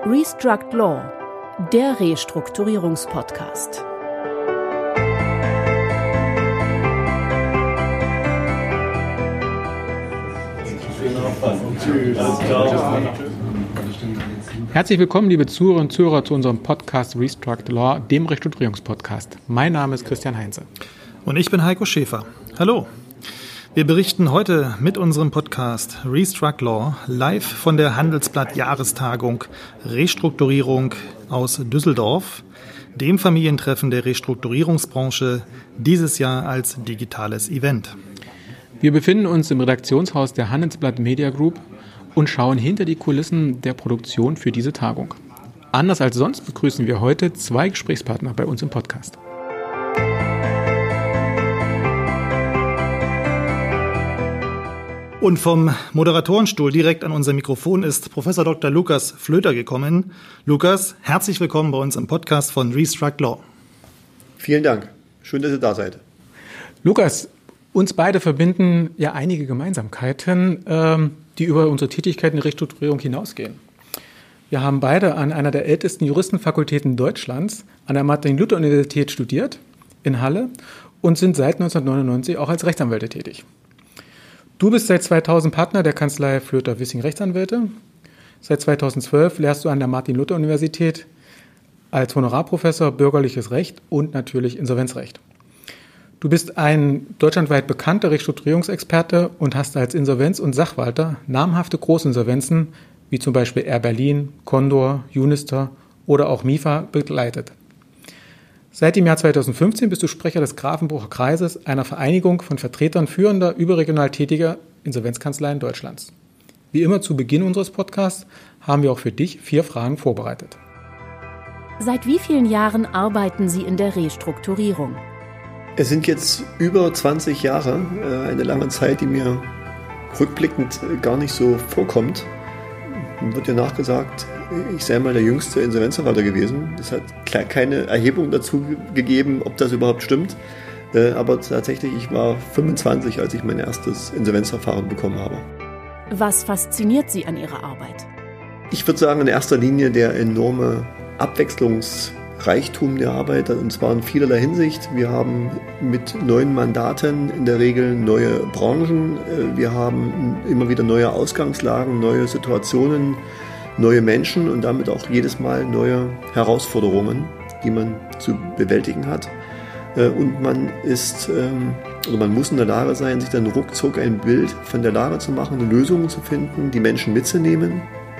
Restruct Law, der Restrukturierungspodcast. Herzlich willkommen, liebe Zuhörerinnen und Zuhörer, zu unserem Podcast Restruct Law, dem Restrukturierungspodcast. Mein Name ist Christian Heinze. Und ich bin Heiko Schäfer. Hallo. Wir berichten heute mit unserem Podcast Restruct Law live von der Handelsblatt-Jahrestagung Restrukturierung aus Düsseldorf, dem Familientreffen der Restrukturierungsbranche, dieses Jahr als digitales Event. Wir befinden uns im Redaktionshaus der Handelsblatt Media Group und schauen hinter die Kulissen der Produktion für diese Tagung. Anders als sonst begrüßen wir heute zwei Gesprächspartner bei uns im Podcast. Und vom Moderatorenstuhl direkt an unser Mikrofon ist Professor Dr. Lukas Flöter gekommen. Lukas, herzlich willkommen bei uns im Podcast von Restruct Law. Vielen Dank. Schön, dass ihr da seid. Lukas, uns beide verbinden ja einige Gemeinsamkeiten, die über unsere Tätigkeiten in Restrukturierung hinausgehen. Wir haben beide an einer der ältesten Juristenfakultäten Deutschlands, an der Martin-Luther-Universität studiert, in Halle, und sind seit 1999 auch als Rechtsanwälte tätig. Du bist seit 2000 Partner der Kanzlei Flöter-Wissing Rechtsanwälte. Seit 2012 lehrst du an der Martin-Luther-Universität als Honorarprofessor Bürgerliches Recht und natürlich Insolvenzrecht. Du bist ein deutschlandweit bekannter Restrukturierungsexperte und hast als Insolvenz- und Sachwalter namhafte Großinsolvenzen wie zum Beispiel Air Berlin, Condor, Unister oder auch MIFA begleitet. Seit dem Jahr 2015 bist du Sprecher des Grafenbrucher Kreises, einer Vereinigung von Vertretern führender, überregional tätiger Insolvenzkanzleien Deutschlands. Wie immer zu Beginn unseres Podcasts haben wir auch für dich 4 Fragen vorbereitet. Seit wie vielen Jahren arbeiten Sie in der Restrukturierung? Es sind jetzt über 20 Jahre, eine lange Zeit, die mir rückblickend gar nicht so vorkommt. Mir wird ja nachgesagt, ich sei mal der jüngste Insolvenzverwalter gewesen. Es hat keine Erhebung dazu gegeben, ob das überhaupt stimmt. Aber tatsächlich, ich war 25, als ich mein erstes Insolvenzverfahren bekommen habe. Was fasziniert Sie an Ihrer Arbeit? Ich würde sagen, in erster Linie der enorme Abwechslungsreichtum der Arbeit, und zwar in vielerlei Hinsicht. Wir haben mit neuen Mandaten in der Regel neue Branchen, wir haben immer wieder neue Ausgangslagen, neue Situationen, neue Menschen und damit auch jedes Mal neue Herausforderungen, die man zu bewältigen hat. Und man muss in der Lage sein, sich dann ruckzuck ein Bild von der Lage zu machen, eine Lösung zu finden, die Menschen mitzunehmen.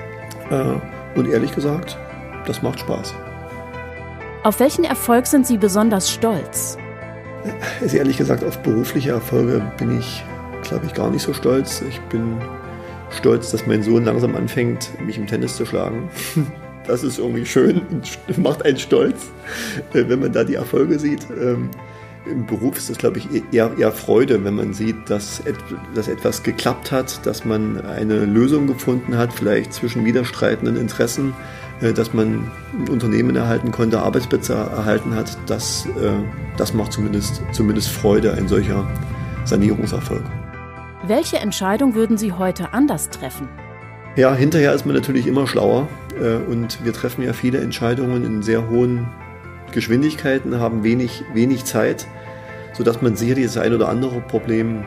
Und ehrlich gesagt, das macht Spaß. Auf welchen Erfolg sind Sie besonders stolz? Also ehrlich gesagt, auf berufliche Erfolge bin ich, glaube ich, gar nicht so stolz. Ich bin stolz, dass mein Sohn langsam anfängt, mich im Tennis zu schlagen. Das ist irgendwie schön und macht einen stolz, wenn man da die Erfolge sieht. Im Beruf ist das, glaube ich, eher Freude, wenn man sieht, dass etwas geklappt hat, dass man eine Lösung gefunden hat, vielleicht zwischen widerstreitenden Interessen, dass man ein Unternehmen erhalten konnte, Arbeitsplätze erhalten hat. Das macht zumindest Freude, ein solcher Sanierungserfolg. Welche Entscheidung würden Sie heute anders treffen? Ja, hinterher ist man natürlich immer schlauer und wir treffen ja viele Entscheidungen in sehr hohen Geschwindigkeiten, haben wenig Zeit, sodass man sicherlich das ein oder andere Problem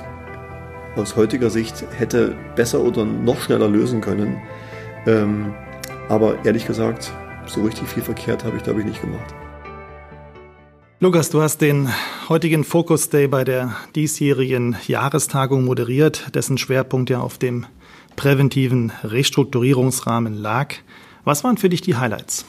aus heutiger Sicht hätte besser oder noch schneller lösen können. Aber ehrlich gesagt, so richtig viel verkehrt habe ich, glaube ich, nicht gemacht. Lukas, du hast den heutigen Focus Day bei der diesjährigen Jahrestagung moderiert, dessen Schwerpunkt ja auf dem präventiven Restrukturierungsrahmen lag. Was waren für dich die Highlights?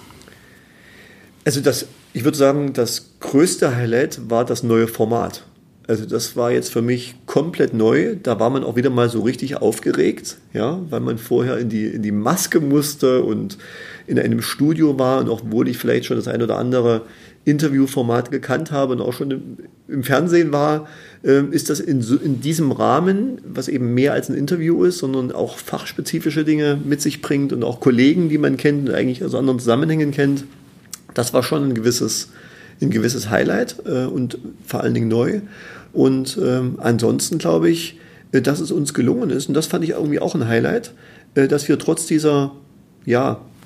Also ich würde sagen, das größte Highlight war das neue Format. Also das war jetzt für mich komplett neu. Da war man auch wieder mal so richtig aufgeregt, ja, weil man vorher in die Maske musste und in einem Studio war. Und obwohl ich vielleicht schon das ein oder andere Interviewformat gekannt habe und auch schon im Fernsehen war, ist das in diesem Rahmen, was eben mehr als ein Interview ist, sondern auch fachspezifische Dinge mit sich bringt und auch Kollegen, die man kennt und eigentlich aus anderen Zusammenhängen kennt. Das war schon ein gewisses Highlight und vor allen Dingen neu. Und ansonsten glaube ich, dass es uns gelungen ist, und das fand ich irgendwie auch ein Highlight, dass wir trotz dieser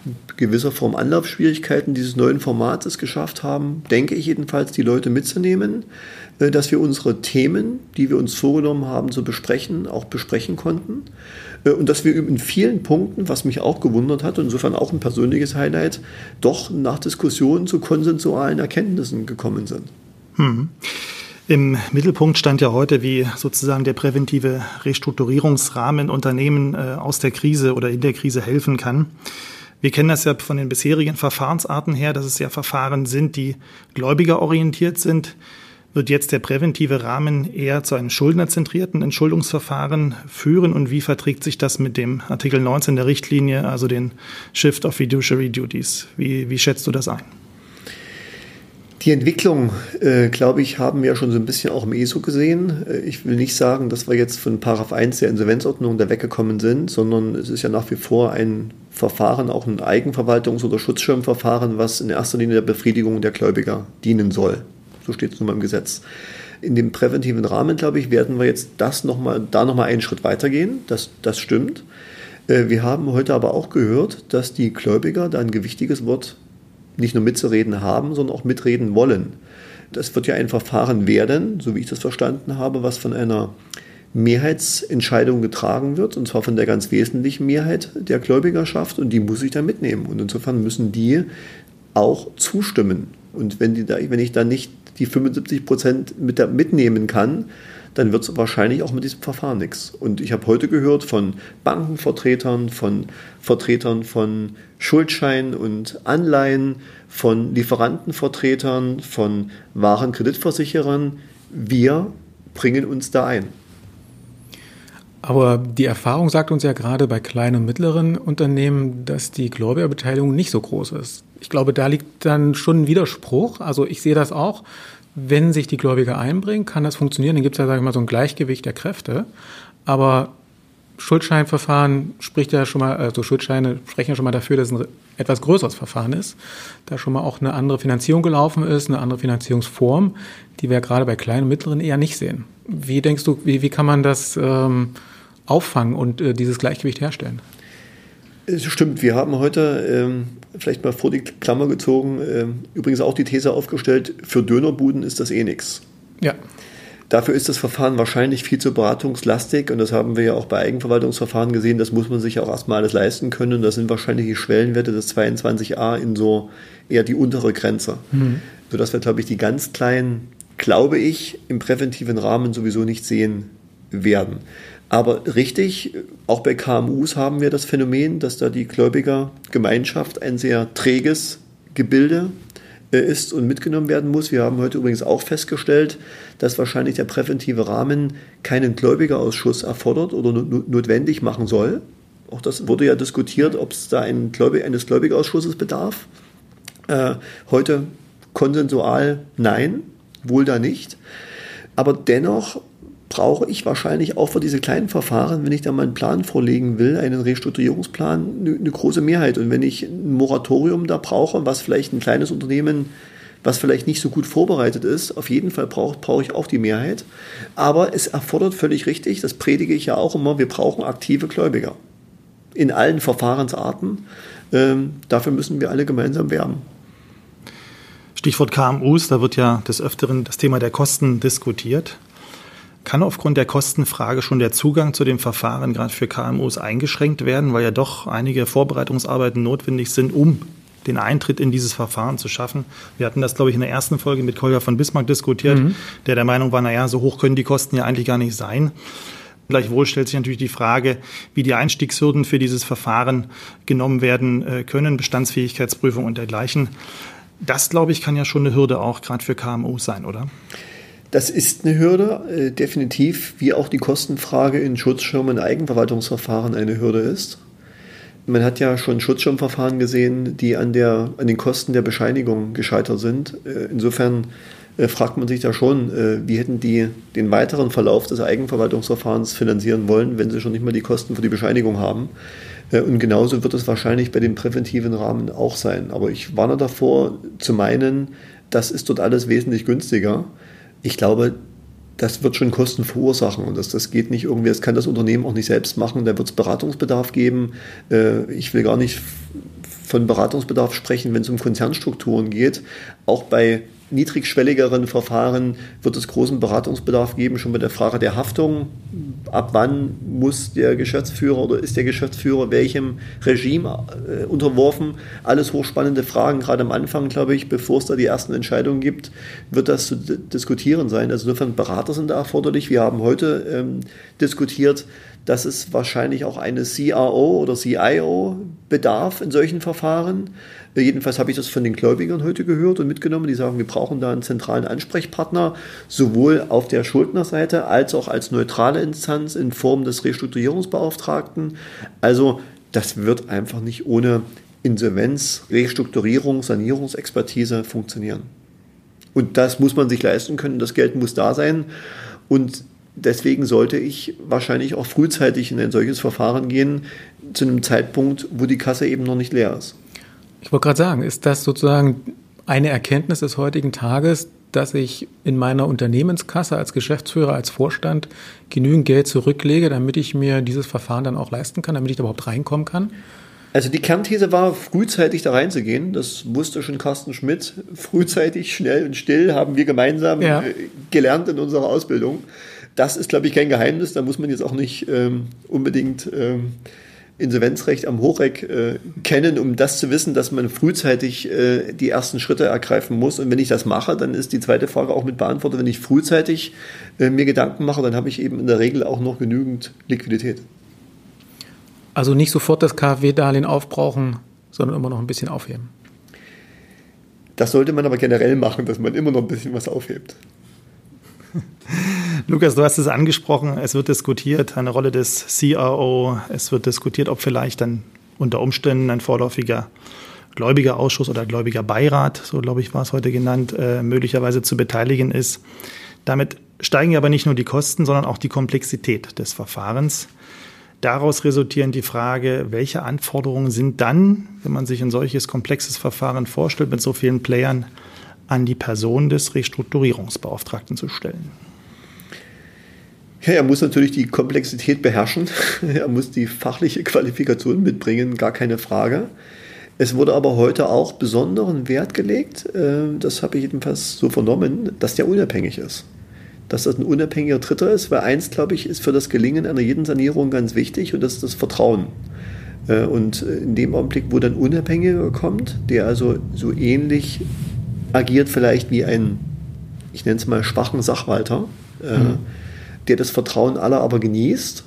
gewisser Form Anlaufschwierigkeiten dieses neuen Formates geschafft haben, denke ich jedenfalls, die Leute mitzunehmen, dass wir unsere Themen, die wir uns vorgenommen haben zu besprechen, auch besprechen konnten und dass wir in vielen Punkten, was mich auch gewundert hat und insofern auch ein persönliches Highlight, doch nach Diskussionen zu konsensualen Erkenntnissen gekommen sind. Im Mittelpunkt stand ja heute, wie sozusagen der präventive Restrukturierungsrahmen Unternehmen aus der Krise oder in der Krise helfen kann. Wir kennen das ja von den bisherigen Verfahrensarten her, dass es ja Verfahren sind, die gläubigerorientiert sind. Wird jetzt der präventive Rahmen eher zu einem schuldnerzentrierten Entschuldungsverfahren führen? Und wie verträgt sich das mit dem Artikel 19 der Richtlinie, also den Shift of Fiduciary Duties? Wie schätzt du das ein? Die Entwicklung, glaube ich, haben wir ja schon so ein bisschen auch im ESO gesehen. Ich will nicht sagen, dass wir jetzt von Paragraph 1 der Insolvenzordnung da weggekommen sind, sondern es ist ja nach wie vor ein Verfahren, auch ein Eigenverwaltungs- oder Schutzschirmverfahren, was in erster Linie der Befriedigung der Gläubiger dienen soll. So steht es nun mal im Gesetz. In dem präventiven Rahmen, glaube ich, werden wir jetzt da nochmal einen Schritt weitergehen. Das stimmt. Wir haben heute aber auch gehört, dass die Gläubiger da ein gewichtiges Wort nicht nur mitzureden haben, sondern auch mitreden wollen. Das wird ja ein Verfahren werden, so wie ich das verstanden habe, was von einer Mehrheitsentscheidung getragen wird, und zwar von der ganz wesentlichen Mehrheit der Gläubigerschaft, und die muss ich dann mitnehmen. Und insofern müssen die auch zustimmen. Und wenn ich dann nicht die 75% mitnehmen kann, dann wird es wahrscheinlich auch mit diesem Verfahren nichts. Und ich habe heute gehört von Bankenvertretern, von Vertretern von Schuldschein und Anleihen, von Lieferantenvertretern, von Warenkreditversicherern, wir bringen uns da ein. Aber die Erfahrung sagt uns ja gerade bei kleinen und mittleren Unternehmen, dass die Gläubigerbeteiligung nicht so groß ist. Ich glaube, da liegt dann schon ein Widerspruch. Also ich sehe das auch. Wenn sich die Gläubiger einbringen, kann das funktionieren. Dann gibt es ja, sage ich mal, so ein Gleichgewicht der Kräfte. Aber Schuldscheinverfahren Schuldscheine sprechen ja schon mal dafür, dass es ein etwas größeres Verfahren ist. Da schon mal auch eine andere Finanzierung gelaufen ist, eine andere Finanzierungsform, die wir gerade bei kleinen und mittleren eher nicht sehen. Wie denkst du, wie kann man das auffangen und dieses Gleichgewicht herstellen? Es stimmt, wir haben heute vielleicht mal vor die Klammer gezogen, übrigens auch die These aufgestellt, für Dönerbuden ist das eh nichts. Ja. Dafür ist das Verfahren wahrscheinlich viel zu beratungslastig, und das haben wir ja auch bei Eigenverwaltungsverfahren gesehen, das muss man sich auch erstmal alles leisten können, und da sind wahrscheinlich die Schwellenwerte des 22a in so eher die untere Grenze. Sodass wir, glaube ich, die ganz kleinen, glaube ich, im präventiven Rahmen sowieso nicht sehen werden. Aber richtig, auch bei KMUs haben wir das Phänomen, dass da die Gläubigergemeinschaft ein sehr träges Gebilde ist und mitgenommen werden muss. Wir haben heute übrigens auch festgestellt, dass wahrscheinlich der präventive Rahmen keinen Gläubigerausschuss erfordert oder notwendig machen soll. Auch das wurde ja diskutiert, ob es da eines Gläubigerausschusses bedarf. Heute konsensual nein, wohl da nicht. Aber dennoch brauche ich wahrscheinlich auch für diese kleinen Verfahren, wenn ich da mal einen Plan vorlegen will, einen Restrukturierungsplan, eine große Mehrheit. Und wenn ich ein Moratorium da brauche, was vielleicht ein kleines Unternehmen, was vielleicht nicht so gut vorbereitet ist, auf jeden Fall brauche ich auch die Mehrheit. Aber es erfordert völlig richtig, das predige ich ja auch immer, wir brauchen aktive Gläubiger. In allen Verfahrensarten. Dafür müssen wir alle gemeinsam werben. Stichwort KMUs, da wird ja des Öfteren das Thema der Kosten diskutiert. Kann aufgrund der Kostenfrage schon der Zugang zu dem Verfahren gerade für KMUs eingeschränkt werden, weil ja doch einige Vorbereitungsarbeiten notwendig sind, um den Eintritt in dieses Verfahren zu schaffen? Wir hatten das, glaube ich, in der ersten Folge mit Kolja von Bismarck diskutiert, der Meinung war, so hoch können die Kosten ja eigentlich gar nicht sein. Gleichwohl stellt sich natürlich die Frage, wie die Einstiegshürden für dieses Verfahren genommen werden können, Bestandsfähigkeitsprüfung und dergleichen. Das, glaube ich, kann ja schon eine Hürde auch gerade für KMUs sein, oder? Das ist eine Hürde, definitiv, wie auch die Kostenfrage in Schutzschirm- und Eigenverwaltungsverfahren eine Hürde ist. Man hat ja schon Schutzschirmverfahren gesehen, die an den Kosten der Bescheinigung gescheitert sind. Insofern fragt man sich da schon, wie hätten die den weiteren Verlauf des Eigenverwaltungsverfahrens finanzieren wollen, wenn sie schon nicht mal die Kosten für die Bescheinigung haben. Und genauso wird es wahrscheinlich bei dem präventiven Rahmen auch sein. Aber ich warne davor, zu meinen, das ist dort alles wesentlich günstiger. Ich glaube, das wird schon Kosten verursachen, und das geht nicht irgendwie, das kann das Unternehmen auch nicht selbst machen, da wird es Beratungsbedarf geben. Ich will gar nicht von Beratungsbedarf sprechen, wenn es um Konzernstrukturen geht. Auch bei niedrigschwelligeren Verfahren wird es großen Beratungsbedarf geben, schon bei der Frage der Haftung. Ab wann muss der Geschäftsführer oder ist der Geschäftsführer welchem Regime unterworfen? Alles hochspannende Fragen, gerade am Anfang, glaube ich, bevor es da die ersten Entscheidungen gibt, wird das zu diskutieren sein. Also insofern Berater sind da erforderlich. Wir haben heute diskutiert, dass es wahrscheinlich auch eine CRO oder CIO bedarf in solchen Verfahren. Jedenfalls habe ich das von den Gläubigern heute gehört und mitgenommen. Die sagen, wir brauchen da einen zentralen Ansprechpartner, sowohl auf der Schuldnerseite als auch als neutrale Instanz in Form des Restrukturierungsbeauftragten. Also das wird einfach nicht ohne Insolvenz, Restrukturierung, Sanierungsexpertise funktionieren. Und das muss man sich leisten können, das Geld muss da sein. Und deswegen sollte ich wahrscheinlich auch frühzeitig in ein solches Verfahren gehen, zu einem Zeitpunkt, wo die Kasse eben noch nicht leer ist. Ich wollte gerade sagen, ist das sozusagen eine Erkenntnis des heutigen Tages, dass ich in meiner Unternehmenskasse als Geschäftsführer, als Vorstand genügend Geld zurücklege, damit ich mir dieses Verfahren dann auch leisten kann, damit ich da überhaupt reinkommen kann? Also die Kernthese war, frühzeitig da reinzugehen. Das wusste schon Carsten Schmidt. Frühzeitig, schnell und still haben wir gemeinsam gelernt in unserer Ausbildung. Das ist, glaube ich, kein Geheimnis. Da muss man jetzt auch nicht unbedingt Insolvenzrecht am Hochreck kennen, um das zu wissen, dass man frühzeitig die ersten Schritte ergreifen muss. Und wenn ich das mache, dann ist die zweite Frage auch mit beantwortet. Wenn ich frühzeitig mir Gedanken mache, dann habe ich eben in der Regel auch noch genügend Liquidität. Also nicht sofort das KfW-Darlehen aufbrauchen, sondern immer noch ein bisschen aufheben. Das sollte man aber generell machen, dass man immer noch ein bisschen was aufhebt. Lukas, du hast es angesprochen, es wird diskutiert, eine Rolle des CRO, es wird diskutiert, ob vielleicht dann unter Umständen ein vorläufiger Gläubigerausschuss oder Gläubigerbeirat, so glaube ich war es heute genannt, möglicherweise zu beteiligen ist. Damit steigen aber nicht nur die Kosten, sondern auch die Komplexität des Verfahrens. Daraus resultierend die Frage, welche Anforderungen sind dann, wenn man sich ein solches komplexes Verfahren vorstellt, mit so vielen Playern, an die Person des Restrukturierungsbeauftragten zu stellen? Ja, er muss natürlich die Komplexität beherrschen. Er muss die fachliche Qualifikation mitbringen, gar keine Frage. Es wurde aber heute auch besonderen Wert gelegt, das habe ich jedenfalls so vernommen, dass der unabhängig ist. Dass das ein unabhängiger Dritter ist, weil eins, glaube ich, ist für das Gelingen einer jeden Sanierung ganz wichtig und das ist das Vertrauen. Und in dem Augenblick, wo dann Unabhängiger kommt, der also so ähnlich agiert vielleicht wie ein, ich nenne es mal, schwachen Sachwalter, der das Vertrauen aller aber genießt,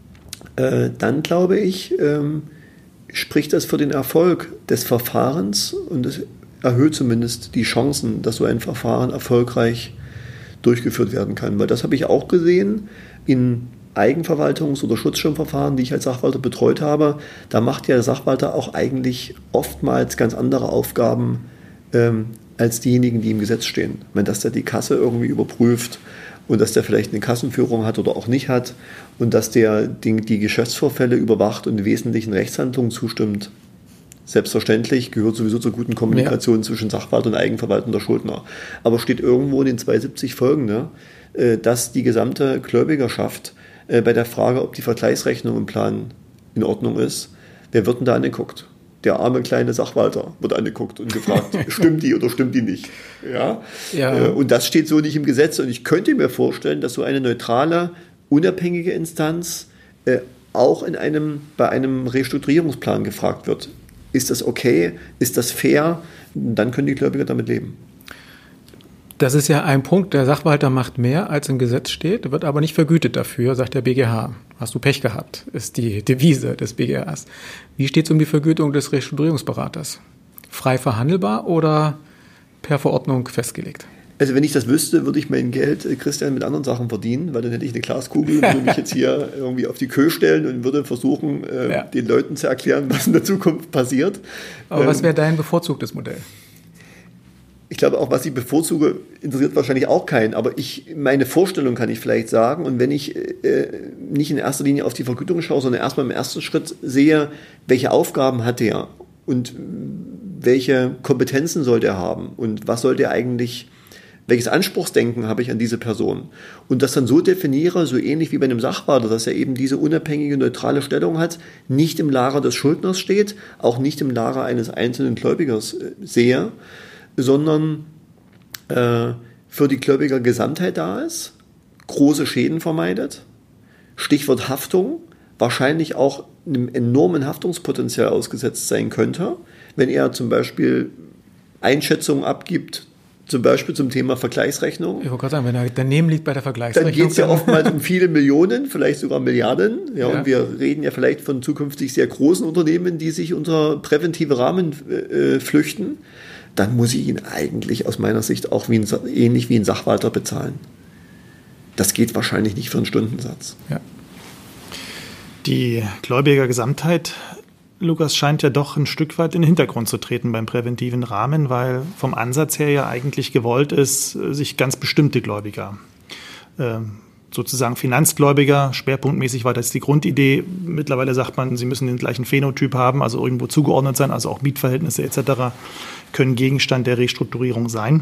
dann glaube ich, spricht das für den Erfolg des Verfahrens und es erhöht zumindest die Chancen, dass so ein Verfahren erfolgreich durchgeführt werden kann. Weil das habe ich auch gesehen in Eigenverwaltungs- oder Schutzschirmverfahren, die ich als Sachwalter betreut habe. Da macht ja der Sachwalter auch eigentlich oftmals ganz andere Aufgaben als diejenigen, die im Gesetz stehen. Ich meine, dass der die Kasse irgendwie überprüft und dass der vielleicht eine Kassenführung hat oder auch nicht hat und dass der die Geschäftsvorfälle überwacht und wesentlichen Rechtshandlungen zustimmt. Selbstverständlich gehört sowieso zur guten Kommunikation zwischen Sachwalter und eigenverwaltender Schuldner. Aber steht irgendwo in den 270 Folgen, dass die gesamte Gläubigerschaft bei der Frage, ob die Vergleichsrechnung im Plan in Ordnung ist, wer wird denn da angeguckt? Der arme kleine Sachwalter wird angeguckt und gefragt, stimmt die oder stimmt die nicht? Ja? Und das steht so nicht im Gesetz. Und ich könnte mir vorstellen, dass so eine neutrale, unabhängige Instanz auch bei einem Restrukturierungsplan gefragt wird. Ist das okay? Ist das fair? Dann können die Gläubiger damit leben. Das ist ja ein Punkt, der Sachwalter macht mehr, als im Gesetz steht, wird aber nicht vergütet dafür, sagt der BGH. Hast du Pech gehabt, ist die Devise des BGHs. Wie steht es um die Vergütung des Restrukturierungsberaters? Frei verhandelbar oder per Verordnung festgelegt? Also wenn ich das wüsste, würde ich mein Geld, Christian, mit anderen Sachen verdienen, weil dann hätte ich eine Glaskugel und würde mich jetzt hier irgendwie auf die Queue stellen und würde versuchen, den Leuten zu erklären, was in der Zukunft passiert. Aber was wäre dein bevorzugtes Modell? Ich glaube auch, was ich bevorzuge, interessiert wahrscheinlich auch keinen, aber meine Vorstellung kann ich vielleicht sagen, und wenn ich nicht in erster Linie auf die Vergütung schaue, sondern erstmal im ersten Schritt sehe, welche Aufgaben hat der und welche Kompetenzen sollte er haben und was sollte er eigentlich Welches Anspruchsdenken habe ich an diese Person? Und das dann so definiere, so ähnlich wie bei einem Sachwalter, dass er eben diese unabhängige, neutrale Stellung hat, nicht im Lager des Schuldners steht, auch nicht im Lager eines einzelnen Gläubigers sehe, sondern für die Gläubigergesamtheit da ist, große Schäden vermeidet, Stichwort Haftung, wahrscheinlich auch einem enormen Haftungspotenzial ausgesetzt sein könnte, wenn er zum Beispiel Einschätzungen abgibt, zum Beispiel zum Thema Vergleichsrechnung. Ich wollte gerade sagen, wenn er daneben liegt bei der Vergleichsrechnung. Dann geht es ja oftmals um viele Millionen, vielleicht sogar Milliarden. Ja, und wir reden ja vielleicht von zukünftig sehr großen Unternehmen, die sich unter präventive Rahmen flüchten. Dann muss ich ihn eigentlich aus meiner Sicht auch ähnlich wie ein Sachwalter bezahlen. Das geht wahrscheinlich nicht für einen Stundensatz. Ja. Die Gläubigergesamtheit, Lukas, scheint ja doch ein Stück weit in den Hintergrund zu treten beim präventiven Rahmen, weil vom Ansatz her ja eigentlich gewollt ist, sich ganz bestimmte Gläubiger, sozusagen Finanzgläubiger, schwerpunktmäßig war das die Grundidee. Mittlerweile sagt man, sie müssen den gleichen Phänotyp haben, also irgendwo zugeordnet sein, also auch Mietverhältnisse etc. können Gegenstand der Restrukturierung sein.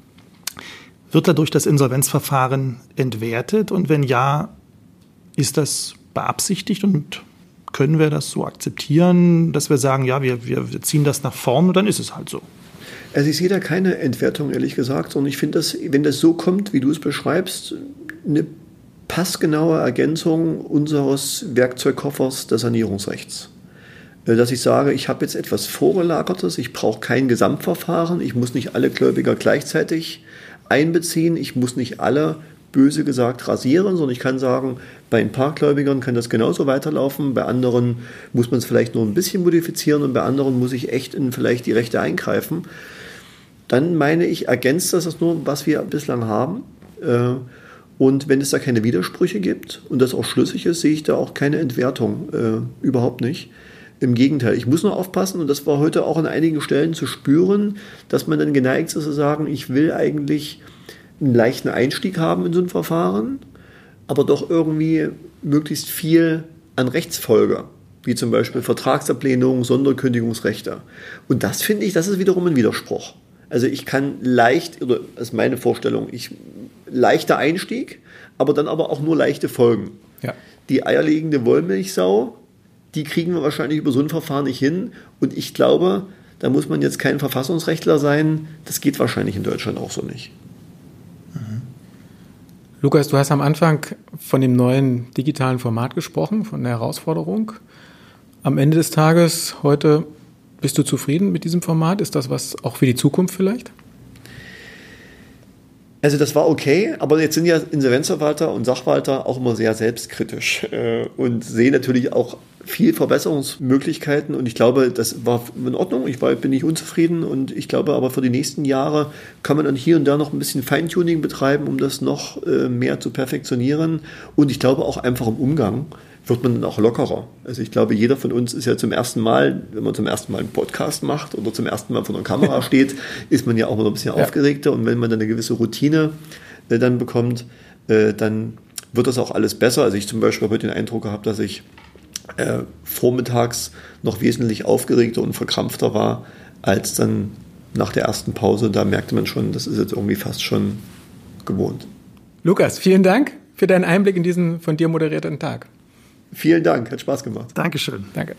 Wird dadurch das Insolvenzverfahren entwertet? Und wenn ja, ist das beabsichtigt und können wir das so akzeptieren, dass wir sagen, ja, wir ziehen das nach vorn und dann ist es halt so? Also ich sehe da keine Entwertung, ehrlich gesagt, und ich finde, wenn das so kommt, wie du es beschreibst, eine passgenaue Ergänzung unseres Werkzeugkoffers des Sanierungsrechts. Dass ich sage, ich habe jetzt etwas Vorgelagertes, ich brauche kein Gesamtverfahren, ich muss nicht alle Gläubiger gleichzeitig einbeziehen, ich muss nicht alle, böse gesagt, rasieren, sondern ich kann sagen, bei ein paar Gläubigern kann das genauso weiterlaufen, bei anderen muss man es vielleicht nur ein bisschen modifizieren und bei anderen muss ich echt in vielleicht die Rechte eingreifen. Dann meine ich, ergänzt das nur, was wir bislang haben. Und wenn es da keine Widersprüche gibt und das auch schlüssig ist, sehe ich da auch keine Entwertung, überhaupt nicht. Im Gegenteil, ich muss nur aufpassen, und das war heute auch an einigen Stellen zu spüren, dass man dann geneigt ist zu sagen, ich will eigentlich einen leichten Einstieg haben in so ein Verfahren, aber doch irgendwie möglichst viel an Rechtsfolge, wie zum Beispiel Vertragsablehnung, Sonderkündigungsrechte. Und das finde ich, das ist wiederum ein Widerspruch. Also ich kann leicht, oder das ist meine Vorstellung, leichter Einstieg, aber dann aber auch nur leichte Folgen. Ja. Die eierlegende Wollmilchsau, die kriegen wir wahrscheinlich über so ein Verfahren nicht hin. Und ich glaube, da muss man jetzt kein Verfassungsrechtler sein. Das geht wahrscheinlich in Deutschland auch so nicht. Lukas, du hast am Anfang von dem neuen digitalen Format gesprochen, von der Herausforderung. Am Ende des Tages, heute, bist du zufrieden mit diesem Format? Ist das was auch für die Zukunft vielleicht? Also das war okay, aber jetzt sind ja Insolvenzverwalter und Sachwalter auch immer sehr selbstkritisch und sehen natürlich auch viel Verbesserungsmöglichkeiten, und ich glaube, das war in Ordnung. Bin nicht unzufrieden, und ich glaube aber für die nächsten Jahre kann man dann hier und da noch ein bisschen Feintuning betreiben, um das noch mehr zu perfektionieren, und ich glaube auch einfach im Umgang wird man dann auch lockerer. Also ich glaube, jeder von uns ist ja zum ersten Mal, wenn man zum ersten Mal einen Podcast macht oder zum ersten Mal vor einer Kamera steht, ist man ja auch mal ein bisschen aufgeregter, und wenn man dann eine gewisse Routine dann bekommt, dann wird das auch alles besser. Also ich zum Beispiel habe heute den Eindruck gehabt, dass ich vormittags noch wesentlich aufgeregter und verkrampfter war, als dann nach der ersten Pause. Da merkte man schon, das ist jetzt irgendwie fast schon gewohnt. Lukas, vielen Dank für deinen Einblick in diesen von dir moderierten Tag. Vielen Dank, hat Spaß gemacht. Dankeschön. Danke.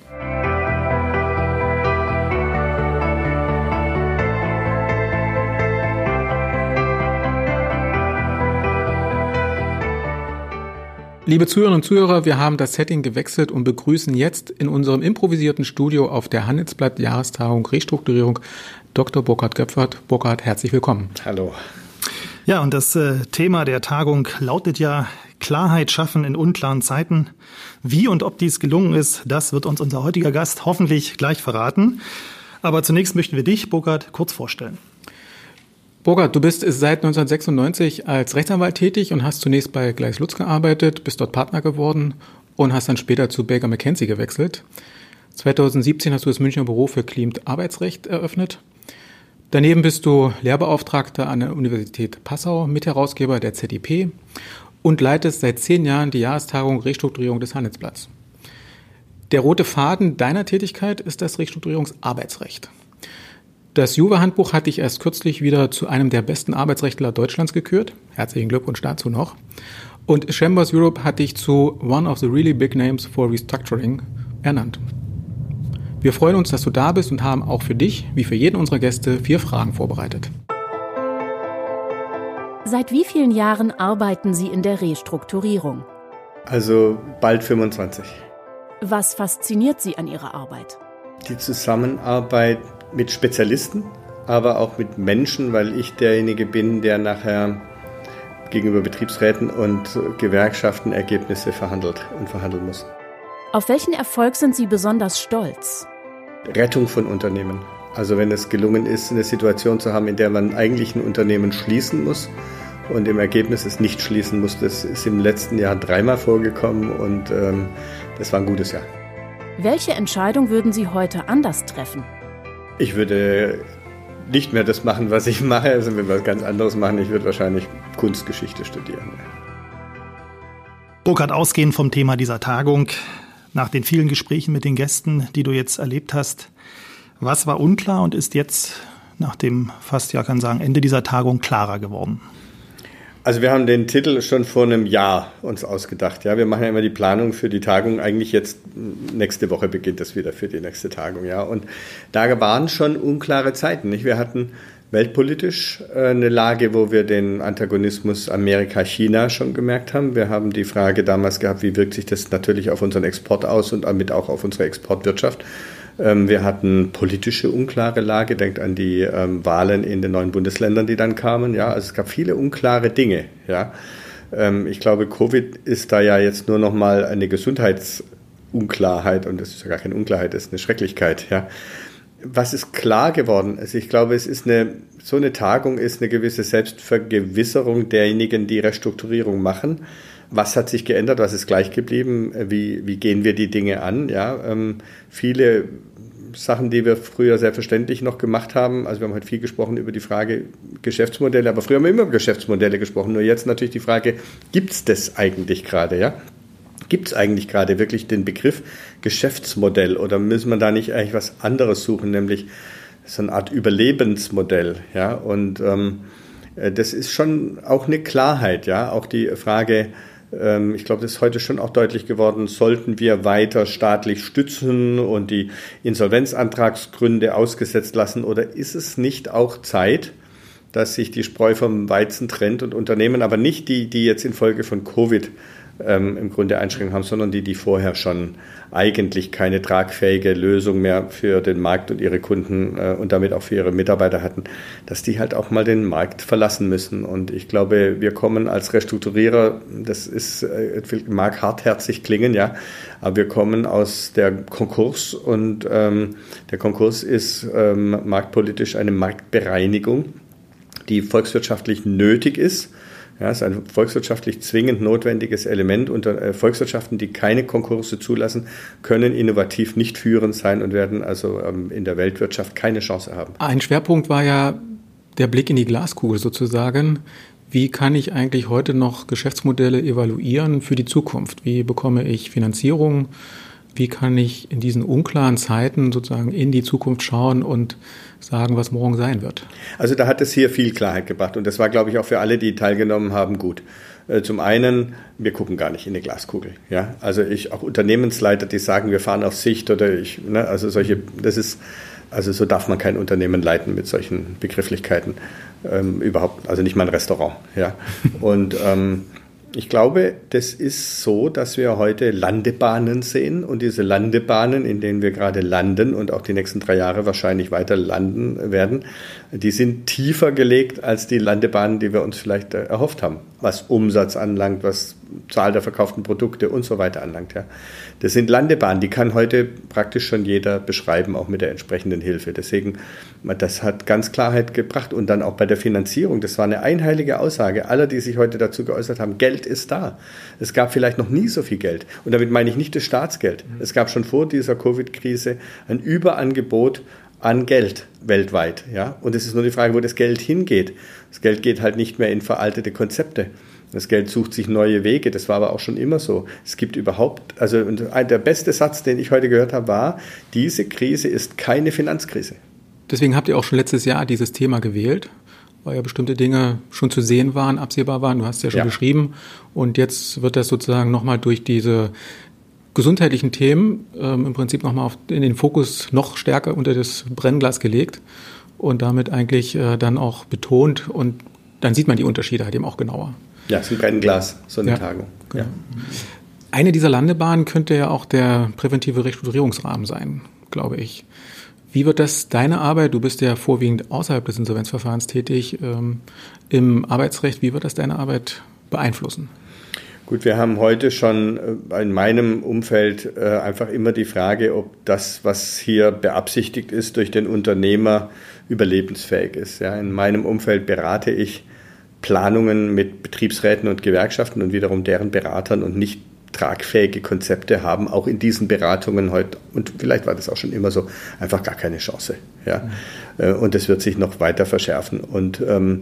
Liebe Zuhörerinnen und Zuhörer, wir haben das Setting gewechselt und begrüßen jetzt in unserem improvisierten Studio auf der Handelsblatt-Jahrestagung Restrukturierung Dr. Burkhard Göpfert. Burkhard, herzlich willkommen. Hallo. Ja, und das Thema der Tagung lautet ja Klarheit schaffen in unklaren Zeiten. Wie und ob dies gelungen ist, das wird uns unser heutiger Gast hoffentlich gleich verraten. Aber zunächst möchten wir dich, Burkhard, kurz vorstellen. Burkhard, du bist seit 1996 als Rechtsanwalt tätig und hast zunächst bei Gleiss Lutz gearbeitet, bist dort Partner geworden und hast dann später zu Baker McKenzie gewechselt. 2017 hast du das Münchner Büro für Klimt Arbeitsrecht eröffnet. Daneben bist du Lehrbeauftragter an der Universität Passau, Mitherausgeber der ZIP und leitest seit 10 Jahren die Jahrestagung Restrukturierung des Handelsblatts. Der rote Faden deiner Tätigkeit ist das Restrukturierungsarbeitsrecht. Das Juve-Handbuch hatte ich erst kürzlich wieder zu einem der besten Arbeitsrechtler Deutschlands gekürt. Herzlichen Glückwunsch dazu noch. Und Chambers Europe hatte ich zu One of the Really Big Names for Restructuring ernannt. Wir freuen uns, dass du da bist und haben auch für dich, wie für jeden unserer Gäste, 4 Fragen vorbereitet. Seit wie vielen Jahren arbeiten Sie in der Restrukturierung? Also bald 25. Was fasziniert Sie an Ihrer Arbeit? Die Zusammenarbeit mit Spezialisten, aber auch mit Menschen, weil ich derjenige bin, der nachher gegenüber Betriebsräten und Gewerkschaften Ergebnisse verhandelt und verhandeln muss. Auf welchen Erfolg sind Sie besonders stolz? Rettung von Unternehmen. Also wenn es gelungen ist, eine Situation zu haben, in der man eigentlich ein Unternehmen schließen muss und im Ergebnis es nicht schließen muss, das ist im letzten Jahr 3-mal vorgekommen und das war ein gutes Jahr. Welche Entscheidung würden Sie heute anders treffen? Ich würde nicht mehr das machen, was ich mache, also wenn wir was ganz anderes machen. Ich würde wahrscheinlich Kunstgeschichte studieren. Burkhard, ausgehend vom Thema dieser Tagung, nach den vielen Gesprächen mit den Gästen, die du jetzt erlebt hast, was war unklar und ist jetzt nach dem fast, ja kann sagen, Ende dieser Tagung klarer geworden? Also wir haben den Titel schon vor einem Jahr uns ausgedacht. Ja, wir machen ja immer die Planung für die Tagung. Eigentlich jetzt nächste Woche beginnt das wieder für die nächste Tagung. Ja, und da waren schon unklare Zeiten. Nicht? Wir hatten weltpolitisch eine Lage, wo wir den Antagonismus Amerika-China schon gemerkt haben. Wir haben die Frage damals gehabt, wie wirkt sich das natürlich auf unseren Export aus und damit auch auf unsere Exportwirtschaft. Wir hatten politische unklare Lage, denkt an die Wahlen in den 9 Bundesländern, die dann kamen. Ja, also es gab viele unklare Dinge. Ja, ich glaube, Covid ist da ja jetzt nur noch mal eine Gesundheitsunklarheit und das ist ja gar keine Unklarheit, das ist eine Schrecklichkeit. Ja, was ist klar geworden? Also ich glaube, es ist so eine Tagung ist eine gewisse Selbstvergewisserung derjenigen, die Restrukturierung machen. Was hat sich geändert? Was ist gleich geblieben? Wie gehen wir die Dinge an? Ja, viele Sachen, die wir früher selbstverständlich noch gemacht haben. Also wir haben heute viel gesprochen über die Frage Geschäftsmodelle, aber früher haben wir immer über Geschäftsmodelle gesprochen. Nur jetzt natürlich die Frage, gibt es das eigentlich gerade? Ja? Gibt es eigentlich gerade wirklich den Begriff Geschäftsmodell oder müssen wir da nicht eigentlich was anderes suchen, nämlich so eine Art Überlebensmodell? Ja? Und das ist schon auch eine Klarheit. Ja? Auch die Frage, ich glaube, das ist heute schon auch deutlich geworden, sollten wir weiter staatlich stützen und die Insolvenzantragsgründe ausgesetzt lassen oder ist es nicht auch Zeit, dass sich die Spreu vom Weizen trennt und Unternehmen, aber nicht die jetzt infolge von Covid im Grunde Einschränkungen haben, sondern die vorher schon eigentlich keine tragfähige Lösung mehr für den Markt und ihre Kunden und damit auch für ihre Mitarbeiter hatten, dass die halt auch mal den Markt verlassen müssen. Und ich glaube, wir kommen als Restrukturierer, mag hartherzig klingen, ja, aber wir kommen aus der Konkurs und der Konkurs ist marktpolitisch eine Marktbereinigung, die volkswirtschaftlich nötig ist. Ja, es ist ein volkswirtschaftlich zwingend notwendiges Element. Unter Volkswirtschaften, die keine Konkurse zulassen, können innovativ nicht führend sein und werden also in der Weltwirtschaft keine Chance haben. Ein Schwerpunkt war ja der Blick in die Glaskugel sozusagen. Wie kann ich eigentlich heute noch Geschäftsmodelle evaluieren für die Zukunft? Wie bekomme ich Finanzierung? Wie kann ich in diesen unklaren Zeiten sozusagen in die Zukunft schauen und sagen, was morgen sein wird? Also da hat es hier viel Klarheit gebracht und das war, glaube ich, auch für alle, die teilgenommen haben, gut. Zum einen, wir gucken gar nicht in die Glaskugel. Ja? Also auch Unternehmensleiter, die sagen, wir fahren auf Sicht oder so darf man kein Unternehmen leiten mit solchen Begrifflichkeiten. Überhaupt, also nicht mal ein Restaurant. Ja? Und ich glaube, das ist so, dass wir heute Landebahnen sehen und diese Landebahnen, in denen wir gerade landen und auch die nächsten 3 Jahre wahrscheinlich weiter landen werden, die sind tiefer gelegt als die Landebahnen, die wir uns vielleicht erhofft haben, was Umsatz anlangt, was Zahl der verkauften Produkte und so weiter anlangt. Ja. Das sind Landebahnen, die kann heute praktisch schon jeder beschreiben, auch mit der entsprechenden Hilfe. Deswegen, das hat ganz Klarheit gebracht und dann auch bei der Finanzierung, das war eine einheilige Aussage aller, die sich heute dazu geäußert haben, Geld ist da. Es gab vielleicht noch nie so viel Geld und damit meine ich nicht das Staatsgeld. Es gab schon vor dieser Covid-Krise ein Überangebot an Geld weltweit. Ja? Und es ist nur die Frage, wo das Geld hingeht. Das Geld geht halt nicht mehr in veraltete Konzepte. Das Geld sucht sich neue Wege, das war aber auch schon immer so. Es gibt der beste Satz, den ich heute gehört habe, war, diese Krise ist keine Finanzkrise. Deswegen habt ihr auch schon letztes Jahr dieses Thema gewählt, weil ja bestimmte Dinge schon zu sehen waren, absehbar waren. Du hast es ja schon beschrieben. Und jetzt wird das sozusagen nochmal durch diese gesundheitlichen Themen im Prinzip nochmal in den Fokus noch stärker unter das Brennglas gelegt und damit eigentlich dann auch betont. Und dann sieht man die Unterschiede halt eben auch genauer. Ja, es ist ein Brennglas, so eine Tagung. Genau. Ja. Eine dieser Landebahnen könnte ja auch der präventive Restrukturierungsrahmen sein, glaube ich. Wie wird das deine Arbeit, du bist ja vorwiegend außerhalb des Insolvenzverfahrens tätig, im Arbeitsrecht, wie wird das deine Arbeit beeinflussen? Gut, wir haben heute schon in meinem Umfeld einfach immer die Frage, ob das, was hier beabsichtigt ist, durch den Unternehmer überlebensfähig ist. Ja, in meinem Umfeld berate ich Planungen mit Betriebsräten und Gewerkschaften und wiederum deren Beratern und nicht tragfähige Konzepte haben auch in diesen Beratungen heute, und vielleicht war das auch schon immer so, einfach gar keine Chance. Ja? Und das wird sich noch weiter verschärfen. Und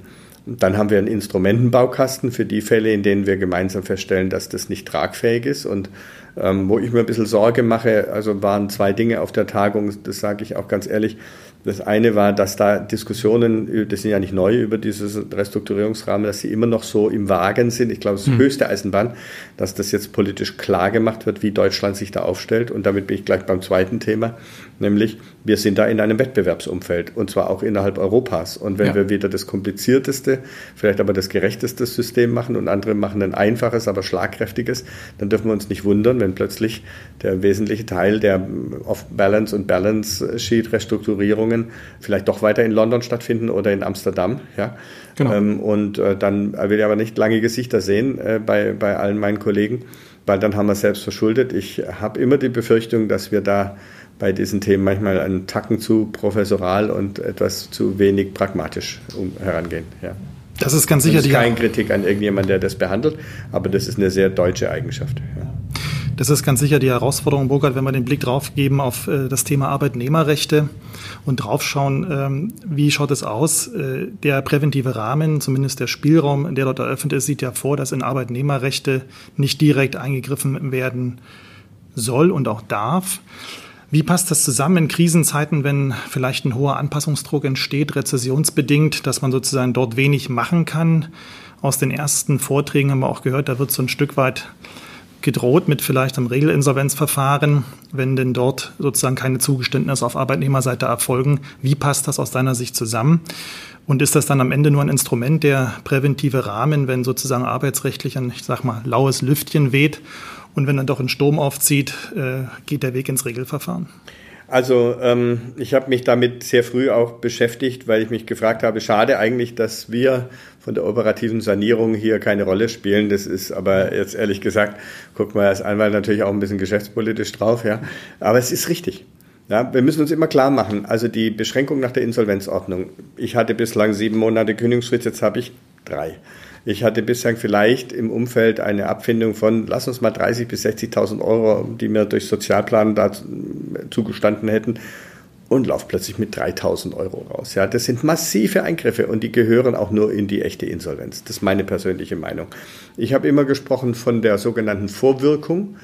dann haben wir einen Instrumentenbaukasten für die Fälle, in denen wir gemeinsam feststellen, dass das nicht tragfähig ist. Und wo ich mir ein bisschen Sorge mache, also waren 2 Dinge auf der Tagung, das sage ich auch ganz ehrlich. Das eine war, dass da Diskussionen, das sind ja nicht neu, über dieses Restrukturierungsrahmen, dass sie immer noch so im Wagen sind. Ich glaube, es ist höchste Eisenbahn, dass das jetzt politisch klar gemacht wird, wie Deutschland sich da aufstellt. Und damit bin ich gleich beim zweiten Thema, nämlich wir sind da in einem Wettbewerbsumfeld und zwar auch innerhalb Europas. Und wenn wir wieder das komplizierteste, vielleicht aber das gerechteste System machen und andere machen ein einfaches, aber schlagkräftiges, dann dürfen wir uns nicht wundern, wenn plötzlich der wesentliche Teil der Off-Balance- und Balance-Sheet-Restrukturierungen vielleicht doch weiter in London stattfinden oder in Amsterdam. Ja? Genau. Und dann will ich aber nicht lange Gesichter sehen bei allen meinen Kollegen, weil dann haben wir selbst verschuldet. Ich habe immer die Befürchtung, dass wir da bei diesen Themen manchmal einen Tacken zu professoral und etwas zu wenig pragmatisch herangehen. Ja. Das ist ganz sicher keine Kritik an irgendjemanden, der das behandelt, aber das ist eine sehr deutsche Eigenschaft. Ja. Das ist ganz sicher die Herausforderung, Burkhard, wenn wir den Blick drauf geben auf das Thema Arbeitnehmerrechte und draufschauen, wie schaut es aus? Der präventive Rahmen, zumindest der Spielraum, der dort eröffnet ist, sieht ja vor, dass in Arbeitnehmerrechte nicht direkt eingegriffen werden soll und auch darf. Wie passt das zusammen in Krisenzeiten, wenn vielleicht ein hoher Anpassungsdruck entsteht, rezessionsbedingt, dass man sozusagen dort wenig machen kann? Aus den ersten Vorträgen haben wir auch gehört, da wird so ein Stück weit gedroht mit vielleicht einem Regelinsolvenzverfahren, wenn denn dort sozusagen keine Zugeständnisse auf Arbeitnehmerseite erfolgen. Wie passt das aus deiner Sicht zusammen? Und ist das dann am Ende nur ein Instrument, der präventive Rahmen, wenn sozusagen arbeitsrechtlich ein, ich sag mal, laues Lüftchen weht und wenn dann doch ein Sturm aufzieht, geht der Weg ins Regelverfahren? Also ich habe mich damit sehr früh auch beschäftigt, weil ich mich gefragt habe, schade eigentlich, dass wir von der operativen Sanierung hier keine Rolle spielen. Das ist aber jetzt ehrlich gesagt, guckt man als Anwalt natürlich auch ein bisschen geschäftspolitisch drauf. Ja. Aber es ist richtig. Ja, wir müssen uns immer klar machen, also die Beschränkung nach der Insolvenzordnung. Ich hatte bislang 7 Monate Kündigungsfrist, jetzt habe ich 3. Ich hatte bislang vielleicht im Umfeld eine Abfindung von, lass uns mal 30.000 bis 60.000 Euro, die mir durch Sozialplan da zugestanden hätten, und laufe plötzlich mit 3.000 Euro raus. Ja, das sind massive Eingriffe und die gehören auch nur in die echte Insolvenz. Das ist meine persönliche Meinung. Ich habe immer gesprochen von der sogenannten Vorwirkung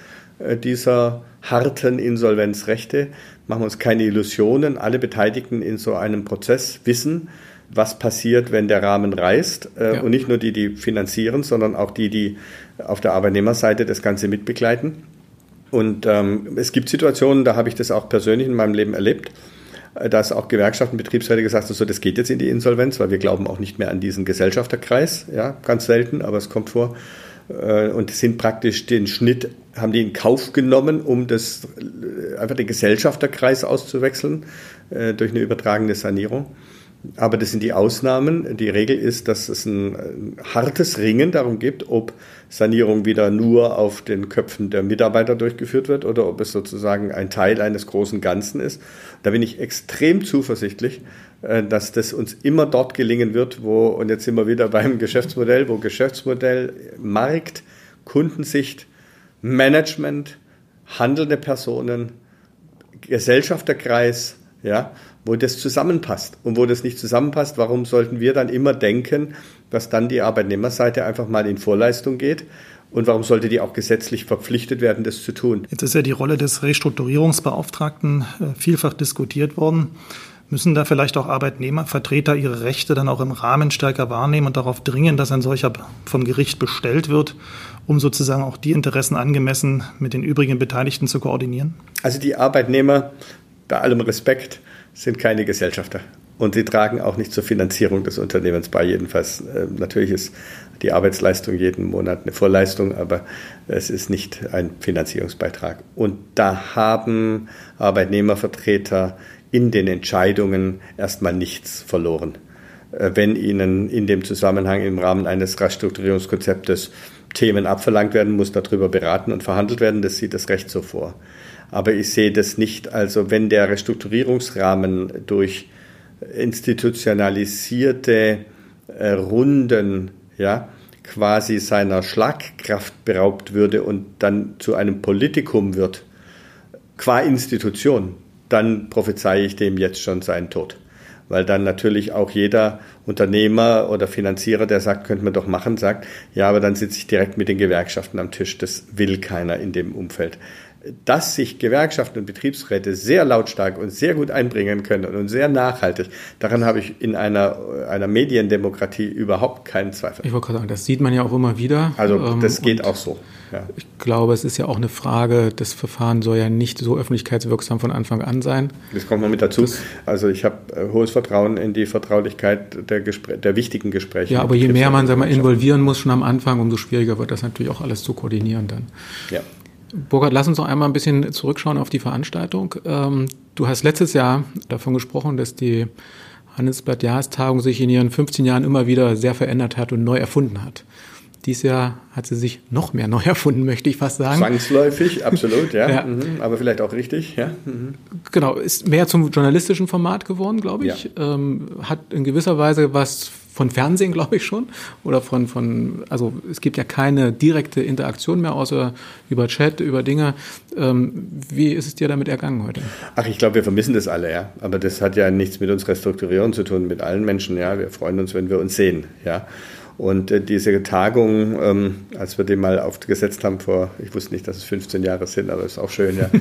dieser harten Insolvenzrechte. Machen wir uns keine Illusionen. Alle Beteiligten in so einem Prozess wissen, was passiert, wenn der Rahmen reißt. Und nicht nur die, die finanzieren, sondern auch die, die auf der Arbeitnehmerseite das Ganze mitbegleiten. Und es gibt Situationen, da habe ich das auch persönlich in meinem Leben erlebt, dass auch Gewerkschaften, Betriebsräte gesagt haben, so, das geht jetzt in die Insolvenz, weil wir glauben auch nicht mehr an diesen Gesellschafterkreis. Ja, ganz selten, aber es kommt vor. Und sind praktisch den Schnitt, haben die in Kauf genommen, um das einfach den Gesellschafterkreis auszuwechseln durch eine übertragene Sanierung. Aber das sind die Ausnahmen. Die Regel ist, dass es ein hartes Ringen darum gibt, ob Sanierung wieder nur auf den Köpfen der Mitarbeiter durchgeführt wird oder ob es sozusagen ein Teil eines großen Ganzen ist. Da bin ich extrem zuversichtlich, dass das uns immer dort gelingen wird, wo, und jetzt sind wir wieder beim Geschäftsmodell, wo Geschäftsmodell, Markt, Kundensicht, Management, handelnde Personen, Gesellschafterkreis, ja, wo das zusammenpasst. Und wo das nicht zusammenpasst, warum sollten wir dann immer denken, dass dann die Arbeitnehmerseite einfach mal in Vorleistung geht? Und warum sollte die auch gesetzlich verpflichtet werden, das zu tun? Jetzt ist ja die Rolle des Restrukturierungsbeauftragten vielfach diskutiert worden. Müssen da vielleicht auch Arbeitnehmervertreter ihre Rechte dann auch im Rahmen stärker wahrnehmen und darauf dringen, dass ein solcher vom Gericht bestellt wird, um sozusagen auch die Interessen angemessen mit den übrigen Beteiligten zu koordinieren? Also die Arbeitnehmer, bei allem Respekt, sind keine Gesellschafter. Und sie tragen auch nicht zur Finanzierung des Unternehmens bei. Jedenfalls, natürlich ist die Arbeitsleistung jeden Monat eine Vorleistung, aber es ist nicht ein Finanzierungsbeitrag. Und da haben Arbeitnehmervertreter in den Entscheidungen erstmal nichts verloren. Wenn ihnen in dem Zusammenhang im Rahmen eines Restrukturierungskonzeptes Themen abverlangt werden, muss darüber beraten und verhandelt werden. Das sieht das Recht so vor. Aber ich sehe das nicht. Also wenn der Restrukturierungsrahmen durch institutionalisierte Runden quasi seiner Schlagkraft beraubt würde und dann zu einem Politikum wird, qua Institution, dann prophezeie ich dem jetzt schon seinen Tod. Weil dann natürlich auch jeder Unternehmer oder Finanzierer, der sagt, könnte man doch machen, sagt, ja, aber dann sitze ich direkt mit den Gewerkschaften am Tisch. Das will keiner in dem Umfeld. Dass sich Gewerkschaften und Betriebsräte sehr lautstark und sehr gut einbringen können und sehr nachhaltig, daran habe ich in einer Mediendemokratie überhaupt keinen Zweifel. Ich wollte gerade sagen, das sieht man ja auch immer wieder. Also das geht auch so. Ja. Ich glaube, es ist ja auch eine Frage, das Verfahren soll ja nicht so öffentlichkeitswirksam von Anfang an sein. Das kommt noch mit dazu. Also ich habe hohes Vertrauen in die Vertraulichkeit der wichtigen Gespräche. Ja, aber je mehr man involvieren muss schon am Anfang, umso schwieriger wird das natürlich auch alles zu koordinieren dann. Ja. Burkhard, lass uns noch einmal ein bisschen zurückschauen auf die Veranstaltung. Du hast letztes Jahr davon gesprochen, dass die Handelsblatt-Jahrestagung sich in ihren 15 Jahren immer wieder sehr verändert hat und neu erfunden hat. Dieses Jahr hat sie sich noch mehr neu erfunden, möchte ich fast sagen. Zwangsläufig, absolut, ja. Ja. Aber vielleicht auch richtig, ja. Genau, ist mehr zum journalistischen Format geworden, glaube ich. Ja. Hat in gewisser Weise was von Fernsehen, glaube ich schon. Oder also es gibt ja keine direkte Interaktion mehr, außer über Chat, über Dinge. Wie ist es dir damit ergangen heute? Ach, ich glaube, wir vermissen das alle, ja. Aber das hat ja nichts mit unserer Restrukturierung zu tun, mit allen Menschen, ja. Wir freuen uns, wenn wir uns sehen, ja. Und diese Tagung, als wir die mal aufgesetzt haben ich wusste nicht, dass es 15 Jahre sind, aber ist auch schön, ja.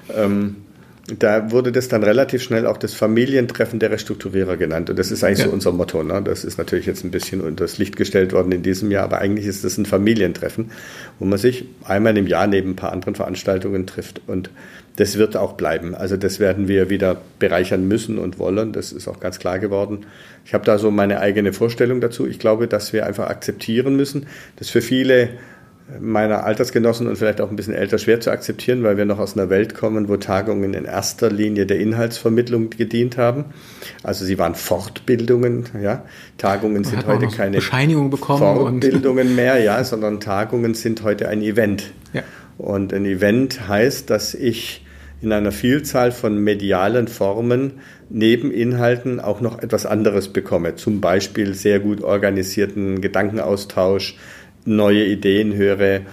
Da wurde das dann relativ schnell auch das Familientreffen der Restrukturierer genannt. Und das ist eigentlich so unser Motto. Ne? Das ist natürlich jetzt ein bisschen unter das Licht gestellt worden in diesem Jahr, aber eigentlich ist das ein Familientreffen, wo man sich einmal im Jahr neben ein paar anderen Veranstaltungen trifft. Und das wird auch bleiben. Also das werden wir wieder bereichern müssen und wollen. Das ist auch ganz klar geworden. Ich habe da so meine eigene Vorstellung dazu. Ich glaube, dass wir einfach akzeptieren müssen, dass für viele meiner Altersgenossen und vielleicht auch ein bisschen älter schwer zu akzeptieren, weil wir noch aus einer Welt kommen, wo Tagungen in erster Linie der Inhaltsvermittlung gedient haben. Also sie waren Fortbildungen, ja. Tagungen sind heute keine Bescheinigung bekommen Fortbildungen mehr, ja, sondern Tagungen sind heute ein Event. Ja. Und ein Event heißt, dass ich in einer Vielzahl von medialen Formen neben Inhalten auch noch etwas anderes bekomme. Zum Beispiel sehr gut organisierten Gedankenaustausch, neue Ideen höre,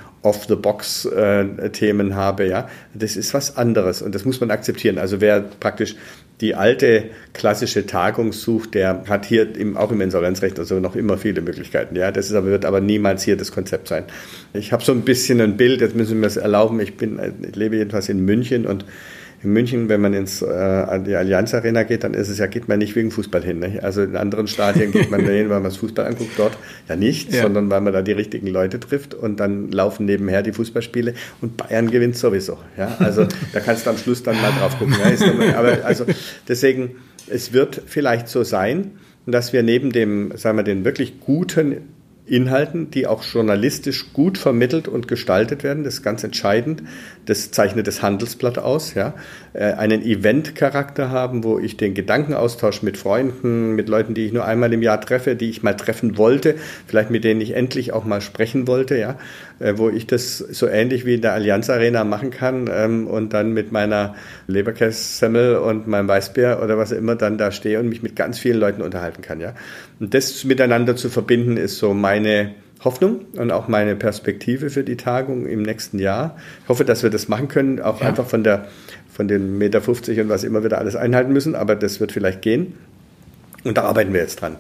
Off-the-Box-Themen habe, ja, das ist was anderes und das muss man akzeptieren. Also wer praktisch die alte klassische Tagung sucht, der hat hier auch im Insolvenzrecht also noch immer viele Möglichkeiten. Ja, wird aber niemals hier das Konzept sein. Ich habe so ein bisschen ein Bild, jetzt müssen wir es erlauben, ich lebe jedenfalls in München und in München, wenn man an die Allianz Arena geht, dann geht man nicht wegen Fußball hin. Nicht? Also in anderen Stadien geht man dahin, weil man das Fußball anguckt, dort ja nicht, sondern weil man da die richtigen Leute trifft und dann laufen nebenher die Fußballspiele und Bayern gewinnt sowieso. Ja? Also da kannst du am Schluss dann mal drauf gucken. Ja? Aber also deswegen, es wird vielleicht so sein, dass wir neben den wirklich guten Inhalten, die auch journalistisch gut vermittelt und gestaltet werden, das ist ganz entscheidend, das zeichnet das Handelsblatt aus, ja, einen Event-Charakter haben, wo ich den Gedankenaustausch mit Freunden, mit Leuten, die ich nur einmal im Jahr treffe, die ich mal treffen wollte, vielleicht mit denen ich endlich auch mal sprechen wollte, ja, wo ich das so ähnlich wie in der Allianz Arena machen kann und dann mit meiner Leberkässemmel und meinem Weißbier oder was auch immer dann da stehe und mich mit ganz vielen Leuten unterhalten kann, ja. Und das miteinander zu verbinden, ist so meine Hoffnung und auch meine Perspektive für die Tagung im nächsten Jahr. Ich hoffe, dass wir das machen können, auch einfach von den 1,50 Meter und was immer wir da alles einhalten müssen, aber das wird vielleicht gehen. Und da arbeiten wir jetzt dran.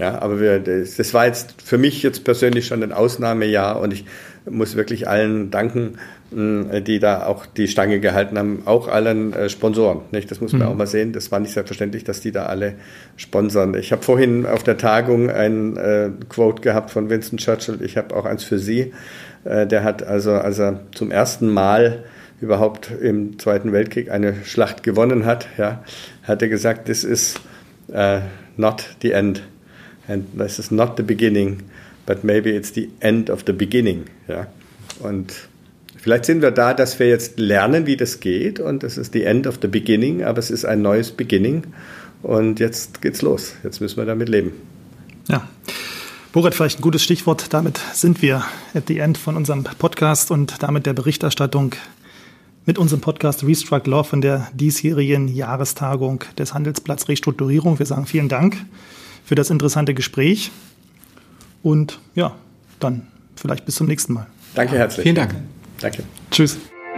Ja, aber das war jetzt für mich jetzt persönlich schon ein Ausnahmejahr und ich muss wirklich allen danken, die da auch die Stange gehalten haben, auch allen Sponsoren. Nicht? Das muss man auch mal sehen. Das war nicht selbstverständlich, dass die da alle sponsern. Ich habe vorhin auf der Tagung ein Quote gehabt von Winston Churchill. Ich habe auch eins für Sie. Der hat als er zum ersten Mal überhaupt im Zweiten Weltkrieg eine Schlacht gewonnen hat, ja, hat er gesagt, this is not the end and this is not the beginning, but maybe it's the end of the beginning. Ja. Und vielleicht sind wir da, dass wir jetzt lernen, wie das geht und das ist the end of the beginning, aber es ist ein neues Beginning und jetzt geht's los. Jetzt müssen wir damit leben. Ja. Borat, vielleicht ein gutes Stichwort. Damit sind wir at the end von unserem Podcast und damit der Berichterstattung mit unserem Podcast Restruct Law von der diesjährigen Jahrestagung des Handelsblatts Restrukturierung. Wir sagen vielen Dank für das interessante Gespräch und ja, dann vielleicht bis zum nächsten Mal. Danke herzlich. Vielen Dank. Danke. Tschüss.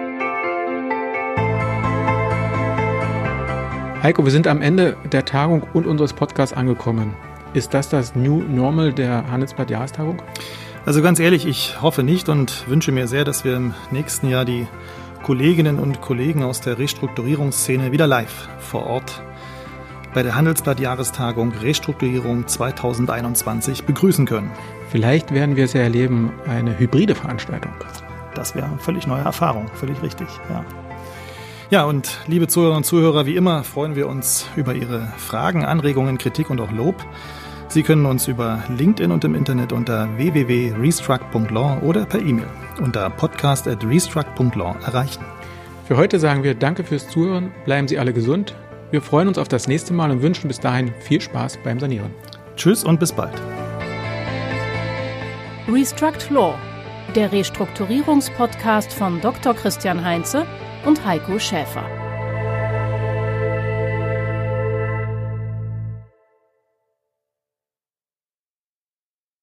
Heiko, wir sind am Ende der Tagung und unseres Podcasts angekommen. Ist das New Normal der Handelsblatt-Jahrestagung? Also ganz ehrlich, ich hoffe nicht und wünsche mir sehr, dass wir im nächsten Jahr die Kolleginnen und Kollegen aus der Restrukturierungsszene wieder live vor Ort bei der Handelsblatt-Jahrestagung Restrukturierung 2021 begrüßen können. Vielleicht werden wir es ja erleben, eine hybride Veranstaltung. Das wäre eine völlig neue Erfahrung, völlig richtig, ja. Ja, und liebe Zuhörerinnen und Zuhörer, wie immer freuen wir uns über Ihre Fragen, Anregungen, Kritik und auch Lob. Sie können uns über LinkedIn und im Internet unter www.restruct.law oder per E-Mail unter podcast@restruct.law erreichen. Für heute sagen wir Danke fürs Zuhören, bleiben Sie alle gesund. Wir freuen uns auf das nächste Mal und wünschen bis dahin viel Spaß beim Sanieren. Tschüss und bis bald. Restruct Law, der Restrukturierungspodcast von Dr. Christian Heinze und Heiko Schäfer.